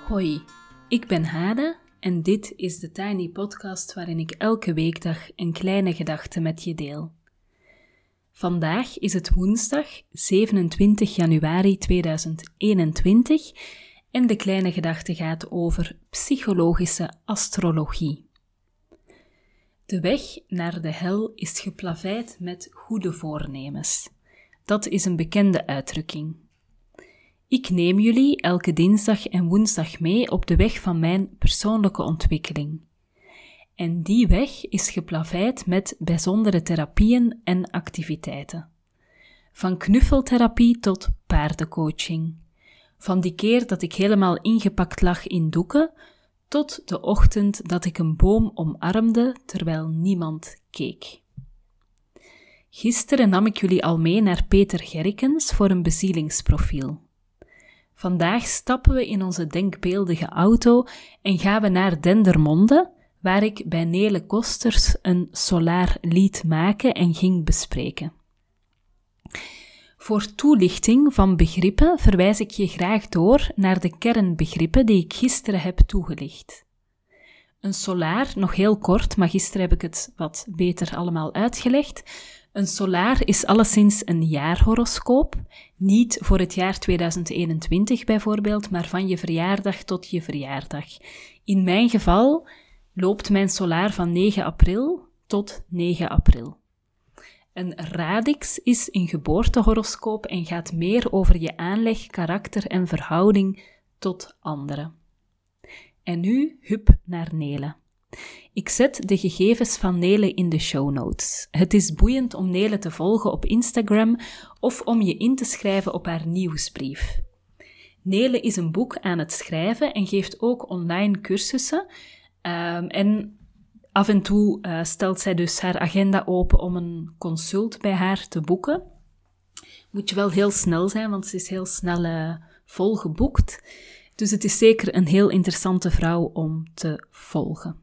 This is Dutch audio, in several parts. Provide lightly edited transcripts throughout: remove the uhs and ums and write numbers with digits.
Hoi, ik ben Hade en dit is de Tiny Podcast waarin ik elke weekdag een kleine gedachte met je deel. Vandaag is het woensdag 27 januari 2021 en de kleine gedachte gaat over psychologische astrologie. De weg naar de hel is geplaveid met goede voornemens. Dat is een bekende uitdrukking. Ik neem jullie elke dinsdag en woensdag mee op de weg van mijn persoonlijke ontwikkeling. En die weg is geplaveid met bijzondere therapieën en activiteiten. Van knuffeltherapie tot paardencoaching. Van die keer dat ik helemaal ingepakt lag in doeken, tot de ochtend dat ik een boom omarmde terwijl niemand keek. Gisteren nam ik jullie al mee naar Peter Gerrikens voor een bezielingsprofiel. Vandaag stappen we in onze denkbeeldige auto en gaan we naar Dendermonde, waar ik bij Nele Kosters een solaar liet maken en ging bespreken. Voor toelichting van begrippen verwijs ik je graag door naar de kernbegrippen die ik gisteren heb toegelicht. Een solaar, nog heel kort, maar gisteren heb ik het wat beter allemaal uitgelegd. Een solaar is alleszins een jaarhoroscoop, niet voor het jaar 2021 bijvoorbeeld, maar van je verjaardag tot je verjaardag. In mijn geval loopt mijn solaar van 9 april tot 9 april. Een radix is een geboortehoroscoop en gaat meer over je aanleg, karakter en verhouding tot anderen. En nu hup naar Nele. Ik zet de gegevens van Nele in de show notes. Het is boeiend om Nele te volgen op Instagram of om je in te schrijven op haar nieuwsbrief. Nele is een boek aan het schrijven en geeft ook online cursussen. En af en toe stelt zij dus haar agenda open om een consult bij haar te boeken. Moet je wel heel snel zijn, want ze is heel snel vol geboekt. Dus het is zeker een heel interessante vrouw om te volgen.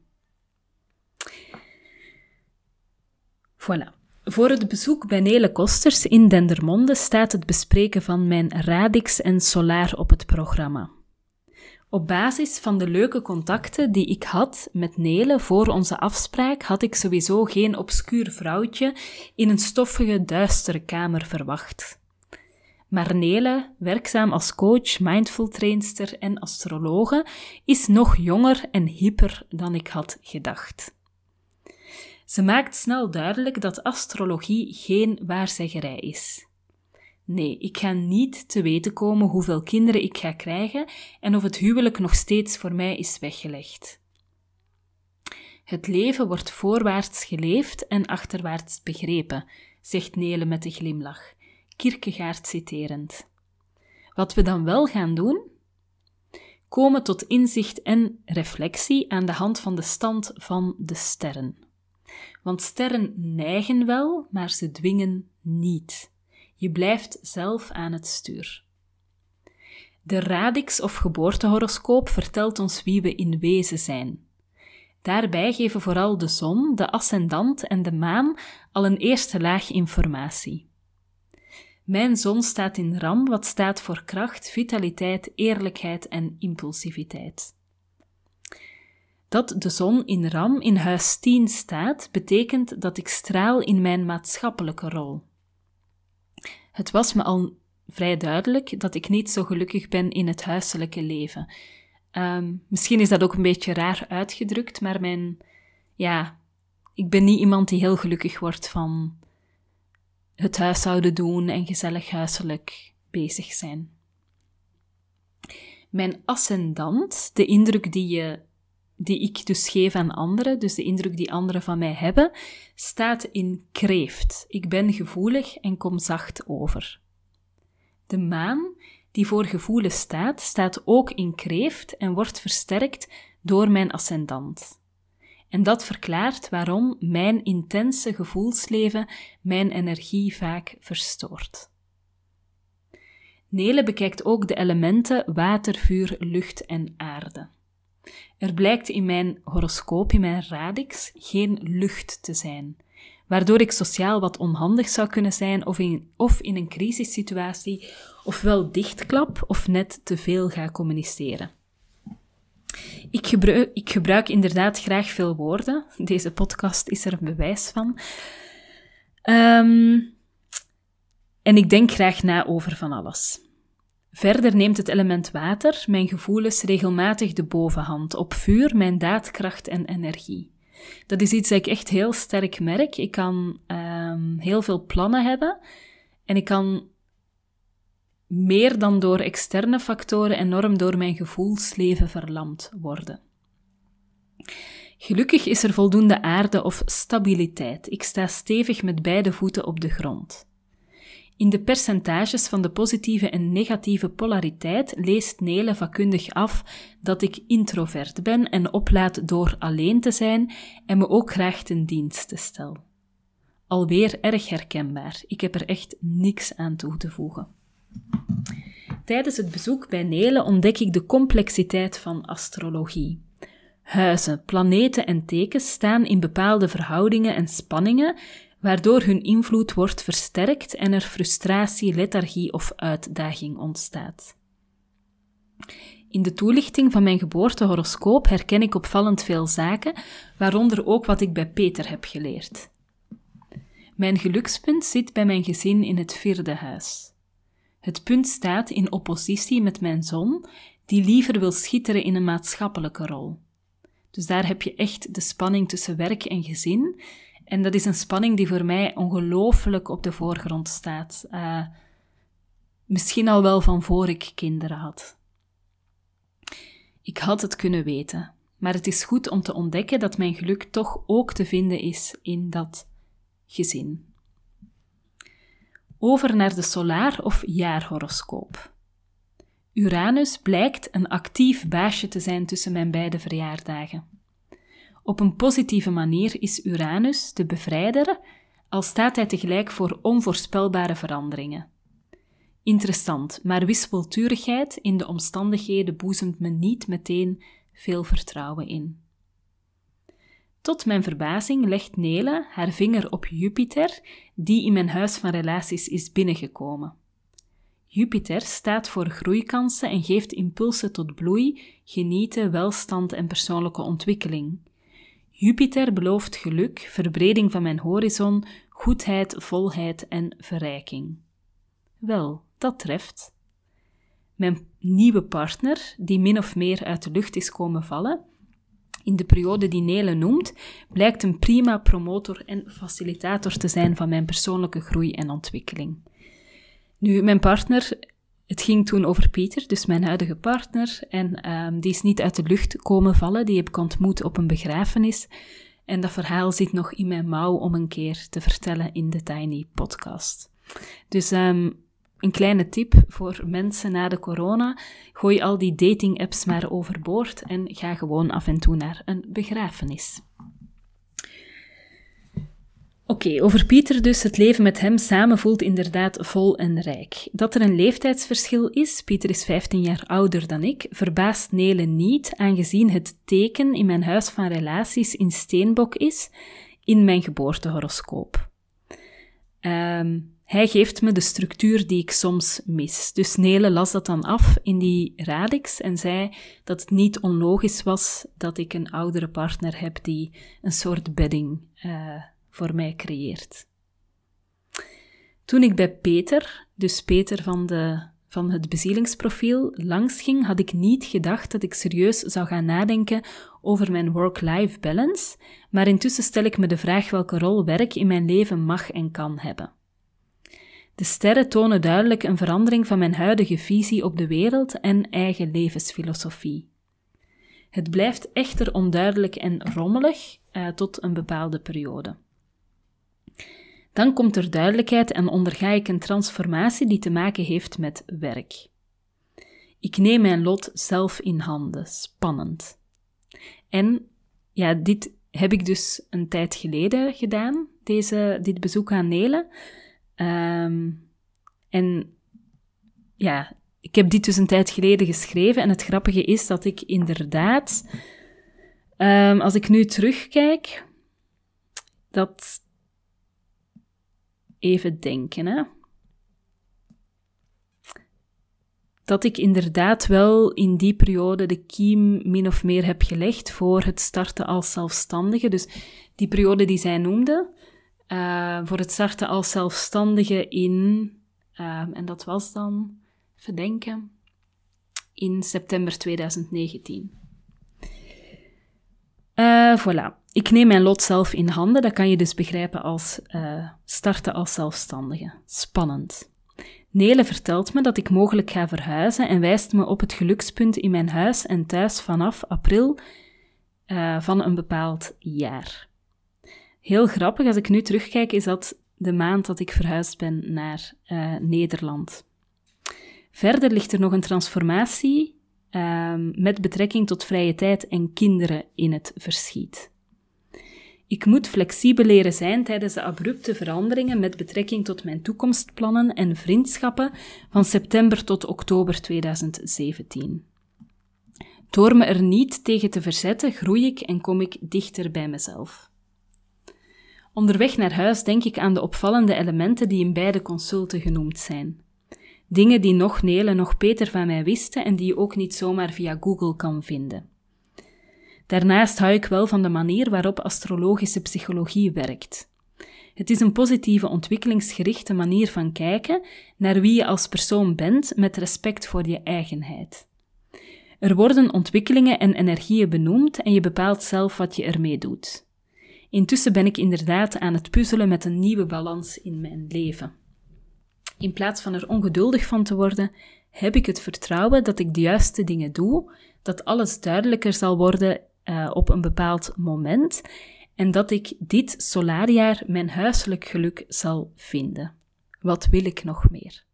Voilà. Voor het bezoek bij Nele Kosters in Dendermonde staat het bespreken van mijn radix en solaar op het programma. Op basis van de leuke contacten die ik had met Nele voor onze afspraak, had ik sowieso geen obscuur vrouwtje in een stoffige, duistere kamer verwacht. Maar Nele, werkzaam als coach, mindful trainster en astrologe, is nog jonger en hipper dan ik had gedacht. Ze maakt snel duidelijk dat astrologie geen waarzeggerij is. Nee, ik ga niet te weten komen hoeveel kinderen ik ga krijgen en of het huwelijk nog steeds voor mij is weggelegd. Het leven wordt voorwaarts geleefd en achterwaarts begrepen, zegt Nele met een glimlach, Kierkegaard citerend. Wat we dan wel gaan doen? Komen tot inzicht en reflectie aan de hand van de stand van de sterren. Want sterren neigen wel, maar ze dwingen niet. Je blijft zelf aan het stuur. De radix of geboortehoroscoop vertelt ons wie we in wezen zijn. Daarbij geven vooral de zon, de ascendant en de maan al een eerste laag informatie. Mijn zon staat in Ram, wat staat voor kracht, vitaliteit, eerlijkheid en impulsiviteit. Dat de zon in Ram in huis 10 staat, betekent dat ik straal in mijn maatschappelijke rol. Het was me al vrij duidelijk dat ik niet zo gelukkig ben in het huiselijke leven. Misschien is dat ook een beetje raar uitgedrukt, maar ik ben niet iemand die heel gelukkig wordt van het huishouden doen en gezellig huiselijk bezig zijn. Mijn ascendant, de indruk die ik dus geef aan anderen, dus de indruk die anderen van mij hebben, staat in kreeft. Ik ben gevoelig en kom zacht over. De maan, die voor gevoelen staat, staat ook in kreeft en wordt versterkt door mijn ascendant. En dat verklaart waarom mijn intense gevoelsleven mijn energie vaak verstoort. Nele bekijkt ook de elementen water, vuur, lucht en aarde. Er blijkt in mijn horoscoop, in mijn radix, geen lucht te zijn, waardoor ik sociaal wat onhandig zou kunnen zijn of in een crisissituatie ofwel dichtklap of net te veel ga communiceren. Ik gebruik inderdaad graag veel woorden. Deze podcast is er een bewijs van. En ik denk graag na over van alles. Verder neemt het element water, mijn gevoelens, regelmatig de bovenhand. Op vuur, mijn daadkracht en energie. Dat is iets dat ik echt heel sterk merk. Ik kan heel veel plannen hebben. En ik kan meer dan door externe factoren enorm door mijn gevoelsleven verlamd worden. Gelukkig is er voldoende aarde of stabiliteit. Ik sta stevig met beide voeten op de grond. In de percentages van de positieve en negatieve polariteit leest Nele vakkundig af dat ik introvert ben en oplaad door alleen te zijn en me ook graag ten dienste stel. Alweer erg herkenbaar. Ik heb er echt niks aan toe te voegen. Tijdens het bezoek bij Nele ontdek ik de complexiteit van astrologie. Huizen, planeten en tekens staan in bepaalde verhoudingen en spanningen, waardoor hun invloed wordt versterkt en er frustratie, lethargie of uitdaging ontstaat. In de toelichting van mijn geboortehoroscoop herken ik opvallend veel zaken, waaronder ook wat ik bij Peter heb geleerd. Mijn gelukspunt zit bij mijn gezin in het 4e huis. Het punt staat in oppositie met mijn zon, die liever wil schitteren in een maatschappelijke rol. Dus daar heb je echt de spanning tussen werk en gezin. En dat is een spanning die voor mij ongelooflijk op de voorgrond staat. Misschien al wel van voor ik kinderen had. Ik had het kunnen weten, maar het is goed om te ontdekken dat mijn geluk toch ook te vinden is in dat gezin. Over naar de solaar- of jaarhoroscoop. Uranus blijkt een actief baasje te zijn tussen mijn beide verjaardagen. Op een positieve manier is Uranus de bevrijder, al staat hij tegelijk voor onvoorspelbare veranderingen. Interessant, maar wispelturigheid in de omstandigheden boezemt me niet meteen veel vertrouwen in. Tot mijn verbazing legt Nele haar vinger op Jupiter, die in mijn huis van relaties is binnengekomen. Jupiter staat voor groeikansen en geeft impulsen tot bloei, genieten, welstand en persoonlijke ontwikkeling. Jupiter belooft geluk, verbreding van mijn horizon, goedheid, volheid en verrijking. Wel, dat treft. Mijn nieuwe partner, die min of meer uit de lucht is komen vallen, in de periode die Nele noemt, blijkt een prima promotor en facilitator te zijn van mijn persoonlijke groei en ontwikkeling. Nu, mijn partner, het ging toen over Pieter, dus mijn huidige partner, en die is niet uit de lucht komen vallen, die heb ik ontmoet op een begrafenis. En dat verhaal zit nog in mijn mouw om een keer te vertellen in de Tiny Podcast. Dus een kleine tip voor mensen na de corona, gooi al die dating-apps maar overboord en ga gewoon af en toe naar een begrafenis. Oké, over Pieter dus. Het leven met hem samen voelt inderdaad vol en rijk. Dat er een leeftijdsverschil is, Pieter is 15 jaar ouder dan ik, verbaast Nele niet, aangezien het teken in mijn huis van relaties in Steenbok is, in mijn geboortehoroscoop. Hij geeft me de structuur die ik soms mis. Dus Nele las dat dan af in die radix en zei dat het niet onlogisch was dat ik een oudere partner heb die een soort bedding voor mij creëert. Toen ik bij Peter, dus Peter van het bezielingsprofiel, langs ging, had ik niet gedacht dat ik serieus zou gaan nadenken over mijn work-life balance, maar intussen stel ik me de vraag welke rol werk in mijn leven mag en kan hebben. De sterren tonen duidelijk een verandering van mijn huidige visie op de wereld en eigen levensfilosofie. Het blijft echter onduidelijk en rommelig tot een bepaalde periode. Dan komt er duidelijkheid en onderga ik een transformatie die te maken heeft met werk. Ik neem mijn lot zelf in handen, spannend. En ja, dit heb ik dus een tijd geleden gedaan, dit bezoek aan Nele. En ja, ik heb dit dus een tijd geleden geschreven en het grappige is dat ik inderdaad, als ik nu terugkijk, dat... Even denken, hè. dat ik inderdaad wel in die periode de kiem min of meer heb gelegd voor het starten als zelfstandige. Dus die periode die zij noemde, voor het starten als zelfstandige en dat was dan, even denken, in september 2019. Voilà. Ik neem mijn lot zelf in handen. Dat kan je dus begrijpen als starten als zelfstandige. Spannend. Nele vertelt me dat ik mogelijk ga verhuizen en wijst me op het gelukspunt in mijn huis en thuis vanaf april van een bepaald jaar. Heel grappig, als ik nu terugkijk, is dat de maand dat ik verhuisd ben naar Nederland. Verder ligt er nog een transformatie met betrekking tot vrije tijd en kinderen in het verschiet. Ik moet flexibel leren zijn tijdens de abrupte veranderingen met betrekking tot mijn toekomstplannen en vriendschappen van september tot oktober 2017. Door me er niet tegen te verzetten, groei ik en kom ik dichter bij mezelf. Onderweg naar huis denk ik aan de opvallende elementen die in beide consulten genoemd zijn. Dingen die nog Nele, nog Peter van mij wisten en die je ook niet zomaar via Google kan vinden. Daarnaast hou ik wel van de manier waarop astrologische psychologie werkt. Het is een positieve, ontwikkelingsgerichte manier van kijken naar wie je als persoon bent met respect voor je eigenheid. Er worden ontwikkelingen en energieën benoemd en je bepaalt zelf wat je ermee doet. Intussen ben ik inderdaad aan het puzzelen met een nieuwe balans in mijn leven. In plaats van er ongeduldig van te worden, heb ik het vertrouwen dat ik de juiste dingen doe, dat alles duidelijker zal worden op een bepaald moment en dat ik dit solarjaar mijn huiselijk geluk zal vinden. Wat wil ik nog meer?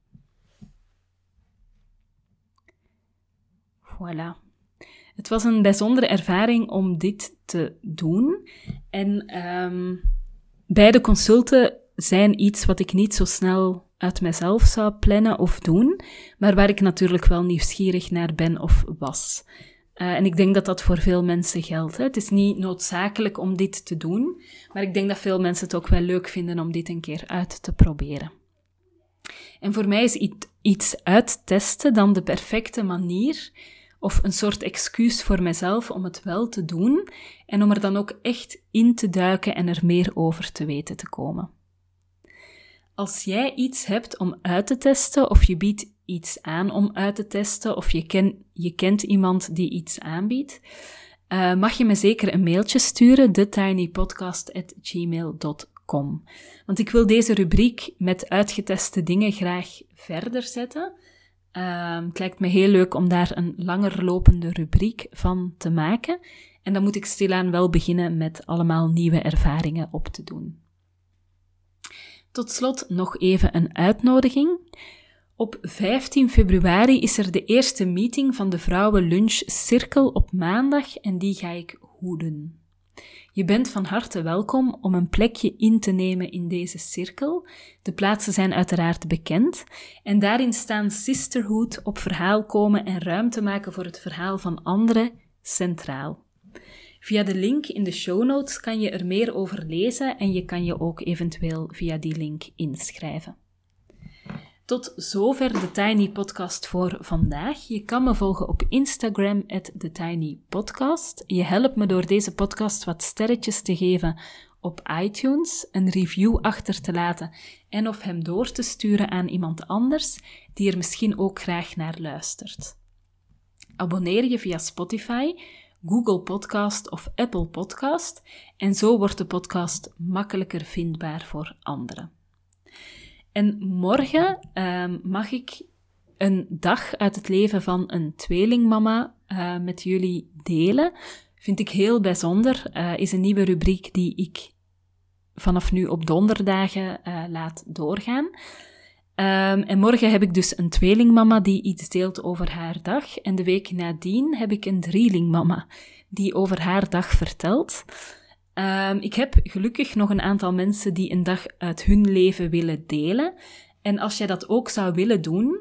Voilà. Het was een bijzondere ervaring om dit te doen. En beide consulten zijn iets wat ik niet zo snel uit mezelf zou plannen of doen, maar waar ik natuurlijk wel nieuwsgierig naar ben of was. En ik denk dat dat voor veel mensen geldt. Hè. Het is niet noodzakelijk om dit te doen, maar ik denk dat veel mensen het ook wel leuk vinden om dit een keer uit te proberen. En voor mij is iets uittesten dan de perfecte manier of een soort excuus voor mezelf om het wel te doen en om er dan ook echt in te duiken en er meer over te weten te komen. Als jij iets hebt om uit te testen of je biedt iets aan om uit te testen of je kent iemand die iets aanbiedt, mag je me zeker een mailtje sturen, thetinypodcast@gmail.com. Want ik wil deze rubriek met uitgeteste dingen graag verder zetten. Het lijkt me heel leuk om daar een langer lopende rubriek van te maken. En dan moet ik stilaan wel beginnen met allemaal nieuwe ervaringen op te doen. Tot slot nog even een uitnodiging. Op 15 februari is er de eerste meeting van de Vrouwenlunch Cirkel op maandag en die ga ik hoeden. Je bent van harte welkom om een plekje in te nemen in deze cirkel. De plaatsen zijn uiteraard bekend en daarin staan sisterhood, op verhaal komen en ruimte maken voor het verhaal van anderen centraal. Via de link in de show notes kan je er meer over lezen en je kan je ook eventueel via die link inschrijven. Tot zover de Tiny Podcast voor vandaag. Je kan me volgen op Instagram @thetinypodcast. Je helpt me door deze podcast wat sterretjes te geven op iTunes, een review achter te laten en of hem door te sturen aan iemand anders die er misschien ook graag naar luistert. Abonneer je via Spotify, Google Podcast of Apple Podcast en zo wordt de podcast makkelijker vindbaar voor anderen. En morgen mag ik een dag uit het leven van een tweelingmama met jullie delen. Vind ik heel bijzonder. Is een nieuwe rubriek die ik vanaf nu op donderdagen laat doorgaan. En morgen heb ik dus een tweelingmama die iets deelt over haar dag. En de week nadien heb ik een drielingmama die over haar dag vertelt. Ik heb gelukkig nog een aantal mensen die een dag uit hun leven willen delen. En als jij dat ook zou willen doen,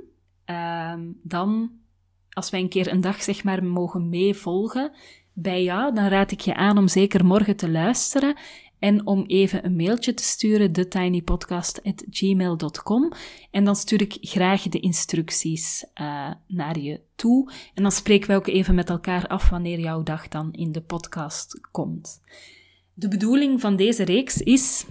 dan, als wij een keer een dag zeg maar mogen meevolgen bij jou, dan raad ik je aan om zeker morgen te luisteren En om even een mailtje te sturen, thetinypodcast@gmail.com. En dan stuur ik graag de instructies naar je toe. En dan spreken we ook even met elkaar af wanneer jouw dag dan in de podcast komt. De bedoeling van deze reeks is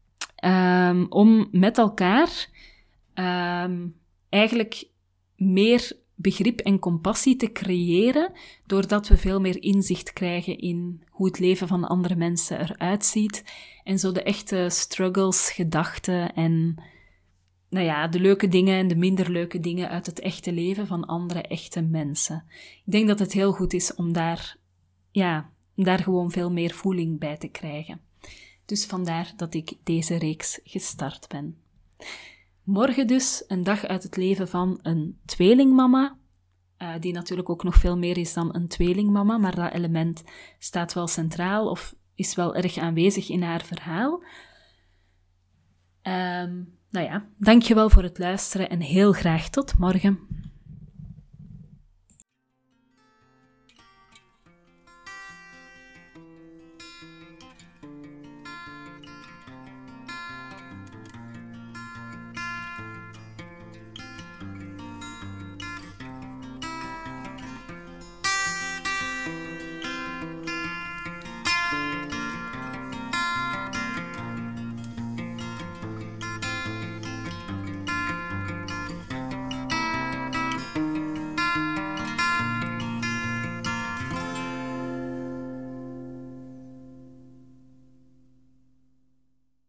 om met elkaar eigenlijk meer begrip en compassie te creëren, doordat we veel meer inzicht krijgen in hoe het leven van andere mensen eruit ziet en zo de echte struggles, gedachten en de leuke dingen en de minder leuke dingen uit het echte leven van andere echte mensen. Ik denk dat het heel goed is om daar gewoon veel meer voeling bij te krijgen. Dus vandaar dat ik deze reeks gestart ben. Morgen dus een dag uit het leven van een tweelingmama, die natuurlijk ook nog veel meer is dan een tweelingmama, maar dat element staat wel centraal of is wel erg aanwezig in haar verhaal. Dankjewel voor het luisteren en heel graag tot morgen.